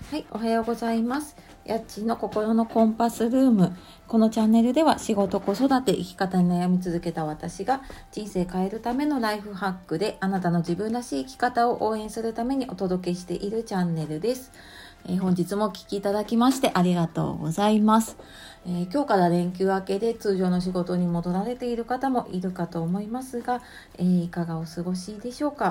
はい、おはようございます。やっちの心のコンパスルーム。このチャンネルでは仕事、子育て、生き方に悩み続けた私が人生変えるためのライフハックであなたの自分らしい生き方を応援するためにお届けしているチャンネルです。本日もお聞きいただきましてありがとうございます。今日から連休明けで通常の仕事に戻られている方もいるかと思いますが、いかがお過ごしでしょうか。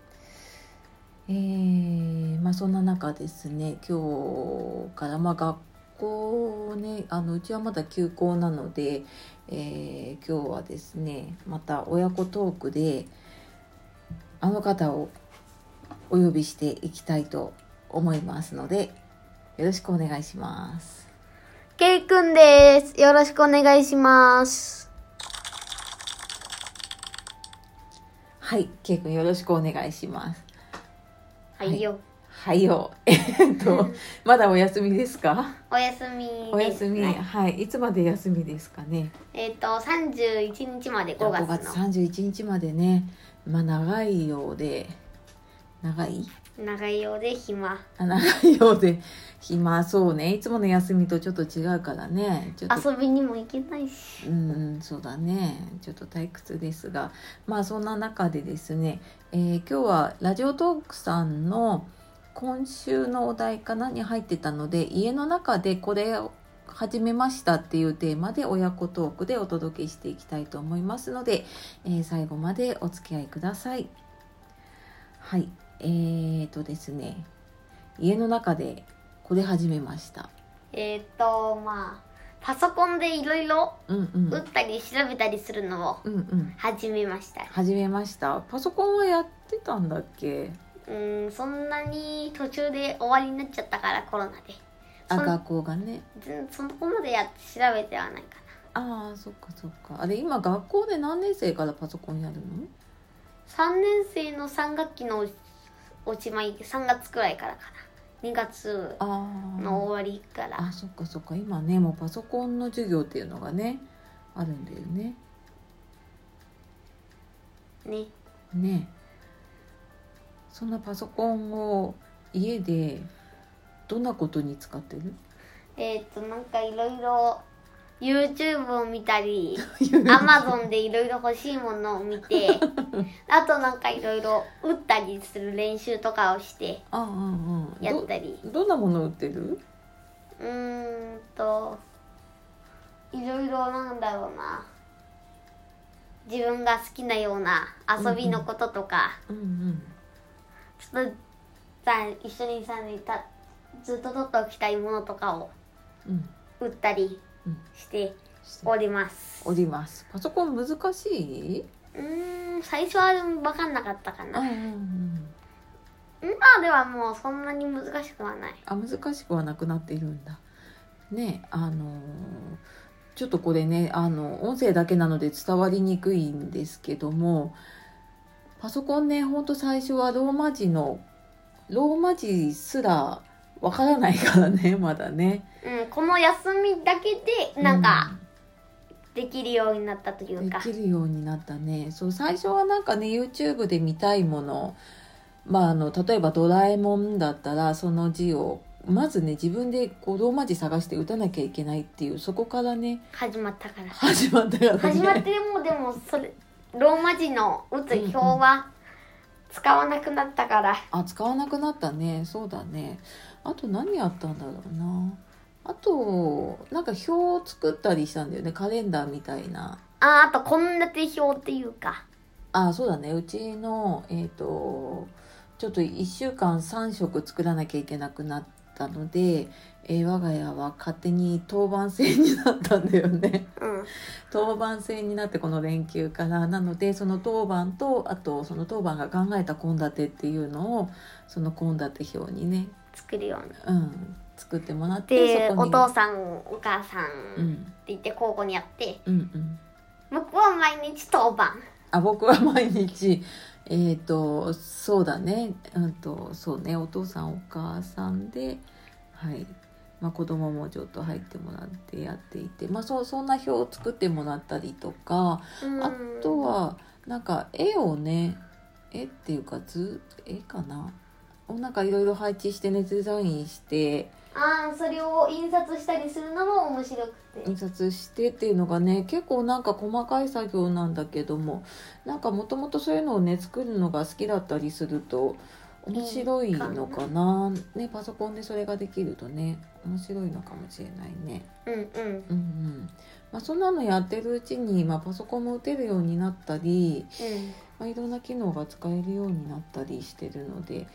そんな中ですね、今日から学校ね、うちはまだ休校なので、今日はですねまた親子トークであの方をお呼びしていきたいと思いますので、よろしくお願いします。 ケイくんです。よろしくお願いします。 はい、ケイ君よろしくお願いします。 はいよ。 はいよ。まだお休みですか？ お休みです。 お休み、はい。いつまで休みですかね 31日まで5月の。 5月31日までね。長いようで、長いようで暇。 長いようで暇、そうね。いつもの休みとちょっと違うからね。ちょっと遊びにも行けないし。 そうだね。ちょっと退屈ですが、そんな中でですね、今日はラジオトークさんの今週のお題かなに入ってたので、家の中でこれを始めましたっていうテーマで親子トークでお届けしていきたいと思いますので、最後までお付き合いください。はい、ですね、家の中でこれ始めました。 パソコンでいろいろ打ったり調べたりするのを始めました。 始めました。パソコンはやってたんだっけ？ そんなに途中で終わりになっちゃったから、コロナで。 学校がね。 そこまで調べてはないかな。そっかそっか。あれ今学校で何年生からパソコンやるの ？3年生の3学期のおしまい、3月くらいからかな。2月の終わりから。 そっかそっか。今ね、もうパソコンの授業っていうのがね、あるんだよね。ね。そんなパソコンを家でどんなことに使ってる？ なんかいろいろ YouTube を見たりAmazon でいろいろ欲しいものを見てあとなんかいろいろ打ったりする練習とかをしてやったり。 どんなものを打ってる？ いろいろなんだろうな、自分が好きなような遊びのこととか、ちょっと一緒にずっと取っておきたいものとかを打ったりしております。 パソコン難しい？ 最初は分かんなかったかな。今ではもうそんなに難しくはない。 難しくはなくなっているんだね。ちょっとこれね、音声だけなので伝わりにくいんですけども、パソコンね、ほんと最初はローマ字すらわからないからね、まだね。 この休みだけでなんかできるようになったというか。 できるようになったね。そう、最初はなんかね、YouTube で見たいもの、例えばドラえもんだったら、その字をまずね、自分でローマ字探して打たなきゃいけないっていう、そこからね始まったからね。 始まってでもそれローマ字の打つ表は使わなくなったから。 使わなくなったね。そうだね。あと何やったんだろうな。あとなんか表を作ったりしたんだよね。カレンダーみたいな。 あと献立表っていうか。 そうだね。うちのちょっと1週間3食作らなきゃいけなくなったので、我が家は勝手に当番制になったんだよね。当番制になって、この連休からなので、その当番と、あとその当番が考えた献立っていうのをその献立表にね作るように、 作ってもらって、 でお父さんお母さんって言って交互にやって、僕は毎日当番。 僕は毎日そうだね。そうね。お父さんお母さんで、子供もちょっと入ってもらってやっていて、そんな表を作ってもらったりとか、あとはなんか絵をね、絵っていうか絵かな、 なんかいろいろ配置してね、デザインしてそれを印刷したりするのも面白くて、 印刷してっていうのがね、結構なんか細かい作業なんだけども、なんかもともとそういうのをね作るのが好きだったりすると面白いのかな、ね、パソコンでそれができるとね面白いのかもしれないね。そんなのやってるうちに、パソコンも打てるようになったり、いろんな機能が使えるようになったりしてるので、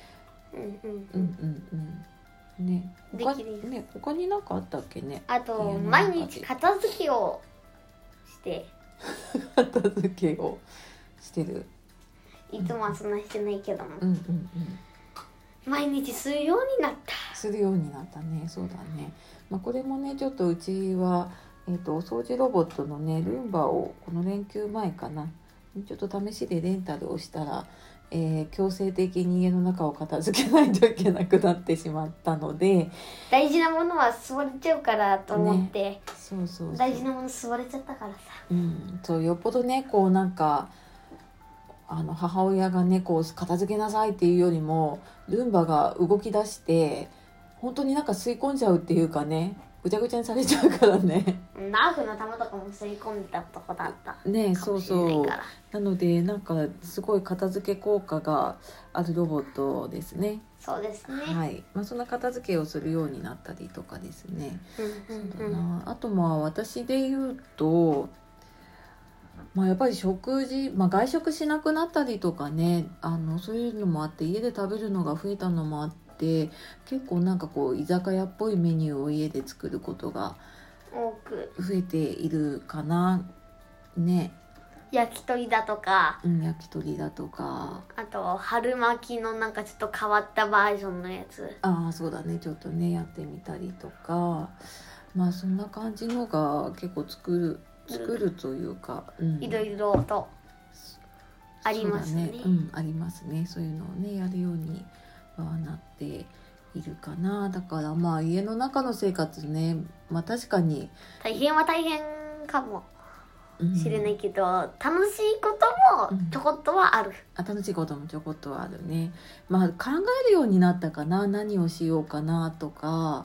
ね、他に何かあったっけね。 あと毎日片付けをして片付けをしてる。 いつもはそんなしてないけども、毎日するようになったね。そうだね。これもねちょっとうちは、お掃除ロボットのねルンバをこの連休前かなちょっと試しでレンタルをしたら、強制的に家の中を片付けないといけなくなってしまったので、 大事なものは吸われちゃうからと思って、 ね、そう大事なもの吸われちゃったからさ、 そうよっぽどねこうなんか母親がねこう片付けなさいっていうよりもルンバが動き出して本当になんか吸い込んじゃうっていうかね、ぐちゃぐちゃにされちゃうからね。 ナーフの玉とかも吸い込んでたとこだったね。そうなのでなんかすごい片付け効果があるロボットですね。 そうですね。 はい。そんな片付けをするようになったりとかですね。あと私で言うと。やっぱり食事、外食しなくなったりとかね、そういうのもあって家で食べるのが増えたのもあって結構なんかこう居酒屋っぽいメニューを家で作ることが多く増えているかなね。 焼き鳥だとか、 焼き鳥だとか、 あと春巻きのなんかちょっと変わったバージョンのやつ、 そうだね、ちょっとねやってみたりとか、そんな感じのが結構作るというか、 いろいろとありますね。 ありますね。そういうのをねやるようにはなっているかな。だから家の中の生活ね、確かに大変は大変かもしれないけど、楽しいこともちょこっとはある。 楽しいこともちょこっとはあるね。考えるようになったかな。何をしようかなとか。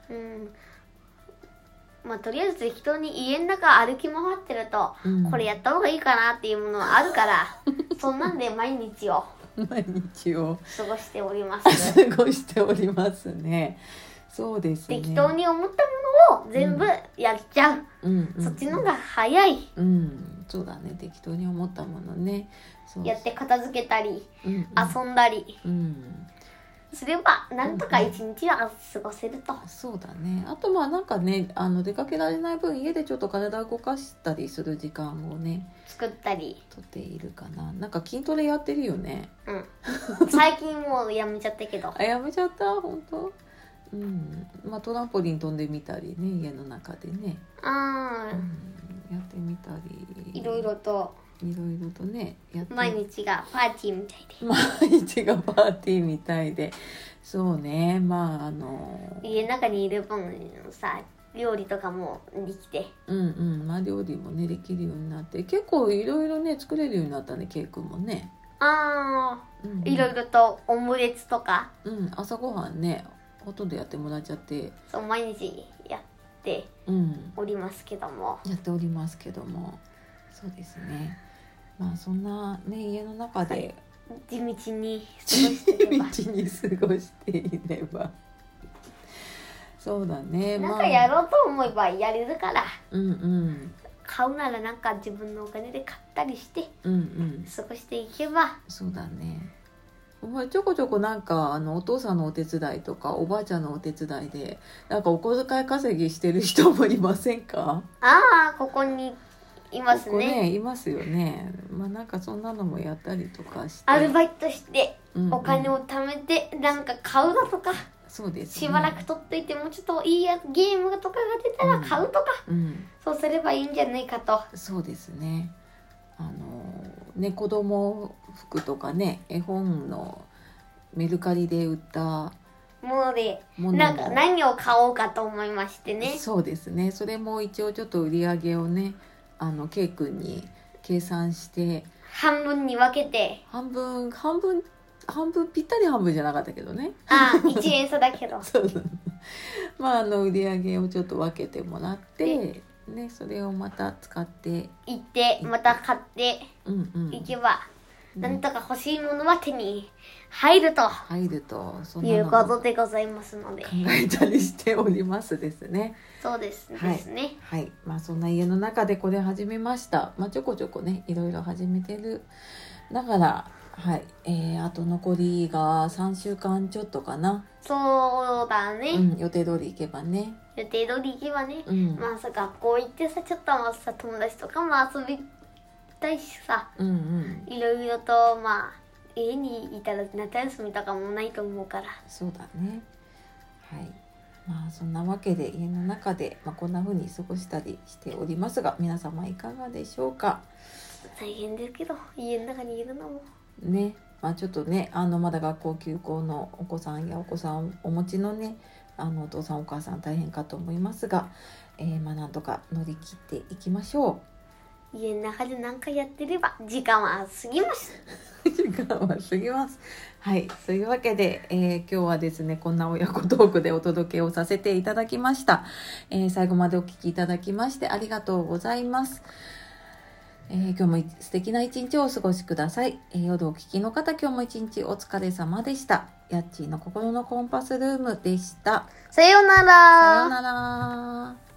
とりあえず適当に家の中歩き回ってると、これやった方がいいかなっていうものはあるからそんなんで毎日を過ごしております過ごしておりますね。そうですね。 適当に思ったものを全部やっちゃう、そっちの方が早い。 そうだね、適当に思ったものねやって片付けたり、遊んだり、すればなんとか一日は過ごせると。 そうだね。あとなんかね出かけられない分家でちょっと体を動かしたりする時間をね作ったりとっているかな。なんか筋トレやってるよね。 最近もうやめちゃったけどやめちゃった。本当。トランポリン飛んでみたりね、家の中でねやってみたり、 いろいろとねやって毎日がパーティーみたいでそうね。 家の中にいる分さ料理とかもできて料理もねできるようになって結構いろいろね作れるようになったね。ケイ君もねいろいろとオムレツとか朝ごはんねほとんどやってもらっちゃって、 毎日やっておりますけども、 そうですね。そんなね家の中で、 地道に過ごしていればそうだね。 なんかやろうと思えばやれるから買うならなんか自分のお金で買ったりして過ごしていけば。 そうだね。ちょこちょこなんかお父さんのお手伝いとかおばあちゃんのお手伝いでなんかお小遣い稼ぎしてる人もいませんか？ ここにいますね。 ここねいますよね。なんかそんなのもやったりとかしてアルバイトしてお金を貯めてなんか買うだとか、 そうですね、 しばらく取っといてもうちょっといいゲームとかが出たら買うとか、そうすればいいんじゃないかと。そうですね。 子供服とかね絵本のメルカリで売ったものでなんか何を買おうかと思いましてね。 そうですね。それも一応ちょっと売り上げをねケイ君に計算して半分に分けて半分半分ぴったり半分じゃなかったけどね。 1円差だけどそうそうまあ売り上げをちょっと分けてもらってね、それをまた使って行ってまた買って行けば、なんとか欲しいものは手に入るとそいうことでございますので考えたりしておりますですね。 そうですね。 はい、まあそんな家の中でこれ始めました。まあちょこちょこねいろいろ始めてる。だからはい、あと残りが3週間ちょっとかな。 そうだね。 予定通り行けばね。 予定通り行けばね。まあさ学校行ってさちょっとさ友達とかも遊びたいしさ。いろいろとまあ家にいたら夏休みとかもないと思うから。 そうだね。はい。まあそんなわけで家の中で、こんな風に過ごしたりしておりますが、皆様いかがでしょうか。 大変ですけど家の中にいるのもね、ちょっとねまだ学校休校のお子さんやお子さんをお持ちのねお父さんお母さん大変かと思いますが、なんとか乗り切っていきましょう。家の中で何かやってれば時間は過ぎます時間は過ぎます。はい、というわけで、今日はですねこんな親子トークでお届けをさせていただきました。最後までお聞きいただきましてありがとうございます。今日も素敵な一日をお過ごしください。夜お聞きの方、今日も一日お疲れ様でした。やっちーの心のコンパスルームでした。 さようなら。 さようなら。